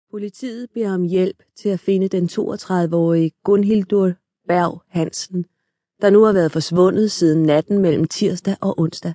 Politiet beder om hjælp til at finde den 32-årige Gunhildur Berg Hansen, der nu har været forsvundet siden natten mellem tirsdag og onsdag.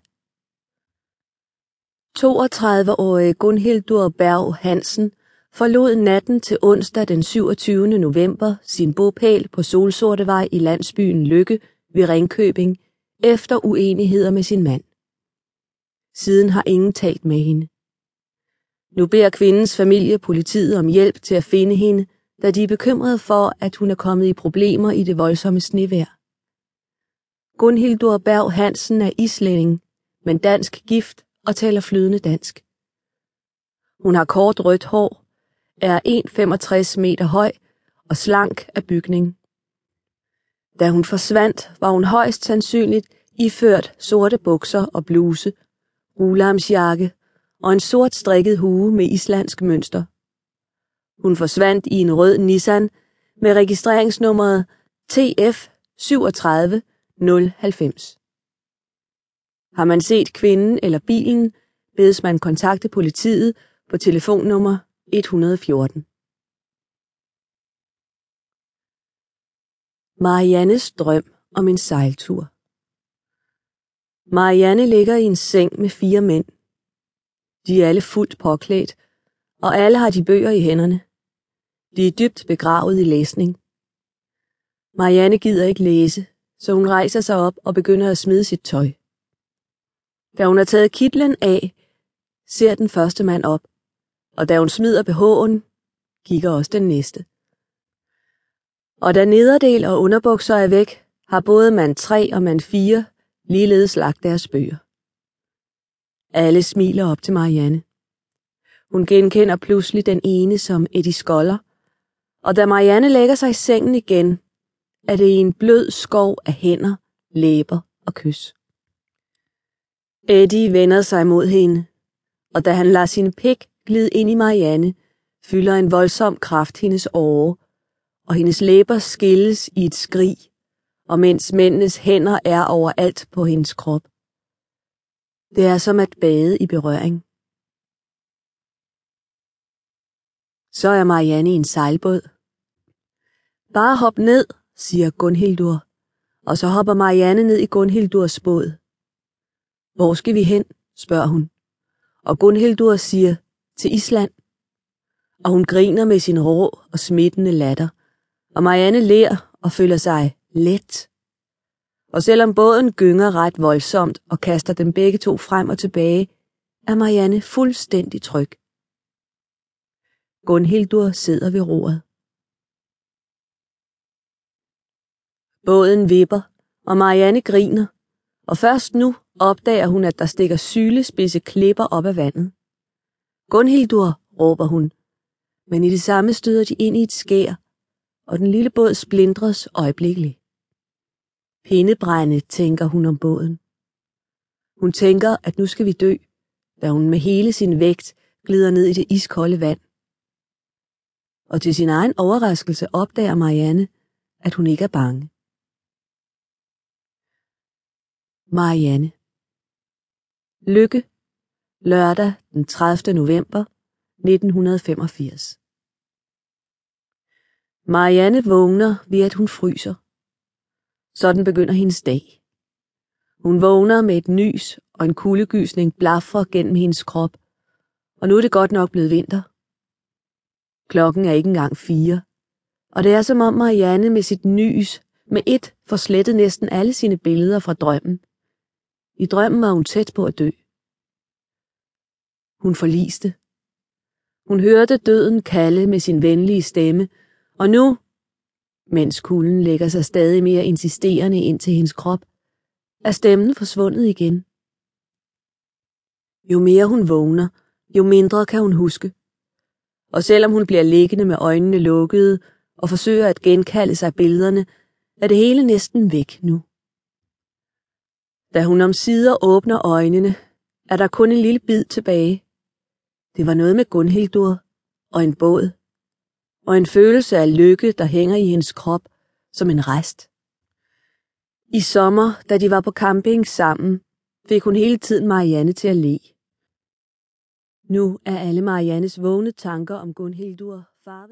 32-årige Gunhildur Berg Hansen forlod natten til onsdag den 27. november sin bopæl på Solsortevej i landsbyen Lykke ved Ringkøbing efter uenigheder med sin mand. Siden har ingen talt med hende. Nu beder kvindens familie politiet om hjælp til at finde hende, da de er bekymrede for, at hun er kommet i problemer i det voldsomme snevejr. Gunhildur Berg Hansen er islænding, men dansk gift og taler flydende dansk. Hun har kort rødt hår, er 1,65 meter høj og slank af bygning. Da hun forsvandt, var hun højst sandsynligt iført sorte bukser og bluse, rulamsjakke og en sort strikket hue med islandsk mønster. Hun forsvandt i en rød Nissan med registreringsnummeret TF 37090. Har man set kvinden eller bilen, bedes man kontakte politiet på telefonnummer 114. Mariannes drøm om en sejltur. Marianne ligger i en seng med 4 mænd. De er alle fuldt påklædt, og alle har de bøger i hænderne. De er dybt begravet i læsning. Marianne gider ikke læse, så hun rejser sig op og begynder at smide sit tøj. Da hun har taget kitlen af, ser den første mand op, og da hun smider BH'en, kigger også den næste. Og da nederdel og underbukser er væk, har både mand 3 og mand 4 ligeledes lagt deres bøger. Alle smiler op til Marianne. Hun genkender pludselig den ene som Eddie Skoller, og da Marianne lægger sig i sengen igen, er det i en blød skov af hænder, læber og kys. Eddie vender sig mod hende, og da han lader sin pik glide ind i Marianne, fylder en voldsom kraft hendes åre, og hendes læber skilles i et skrig, og mens mændenes hænder er overalt på hendes krop. Det er som at bade i berøring. Så er Marianne i en sejlbåd. Bare hop ned, siger Gunhildur, og så hopper Marianne ned i Gunhildurs båd. Hvor skal vi hen, spørger hun, og Gunhildur siger, til Island. Og hun griner med sin rå og smittende latter, og Marianne ler og føler sig let. Og selvom båden gynger ret voldsomt og kaster dem begge to frem og tilbage, er Marianne fuldstændig tryg. Gunhildur sidder ved roret. Båden vipper, og Marianne griner, og først nu opdager hun, at der stikker sylespidse klipper op af vandet. Gunhildur, råber hun, men i det samme støder de ind i et skær, og den lille båd splindres øjeblikkeligt. Pindebrænde, tænker hun om båden. Hun tænker, at nu skal vi dø, da hun med hele sin vægt glider ned i det iskolde vand. Og til sin egen overraskelse opdager Marianne, at hun ikke er bange. Marianne. Lykke. Lørdag den 30. november 1985. Marianne vågner ved, at hun fryser. Sådan begynder hendes dag. Hun vågner med et nys, og en kuldegysning blafrer gennem hendes krop, og nu er det godt nok blevet vinter. Klokken er ikke engang 4, og det er som om Marianne med sit nys med ét får slettet næsten alle sine billeder fra drømmen. I drømmen var hun tæt på at dø. Hun forliste. Hun hørte døden kalde med sin venlige stemme, og nu, mens kulden lægger sig stadig mere insisterende ind til hendes krop, er stemmen forsvundet igen. Jo mere hun vågner, jo mindre kan hun huske. Og selvom hun bliver liggende med øjnene lukkede og forsøger at genkalde sig billederne, er det hele næsten væk nu. Da hun omsider åbner øjnene, er der kun en lille bid tilbage. Det var noget med Gunhildur og en båd, og en følelse af lykke, der hænger i hendes krop som en rest. I sommer, da de var på camping sammen, fik hun hele tiden Marianne til at le. Nu er alle Mariannes vågne tanker om Gunhildur farvet.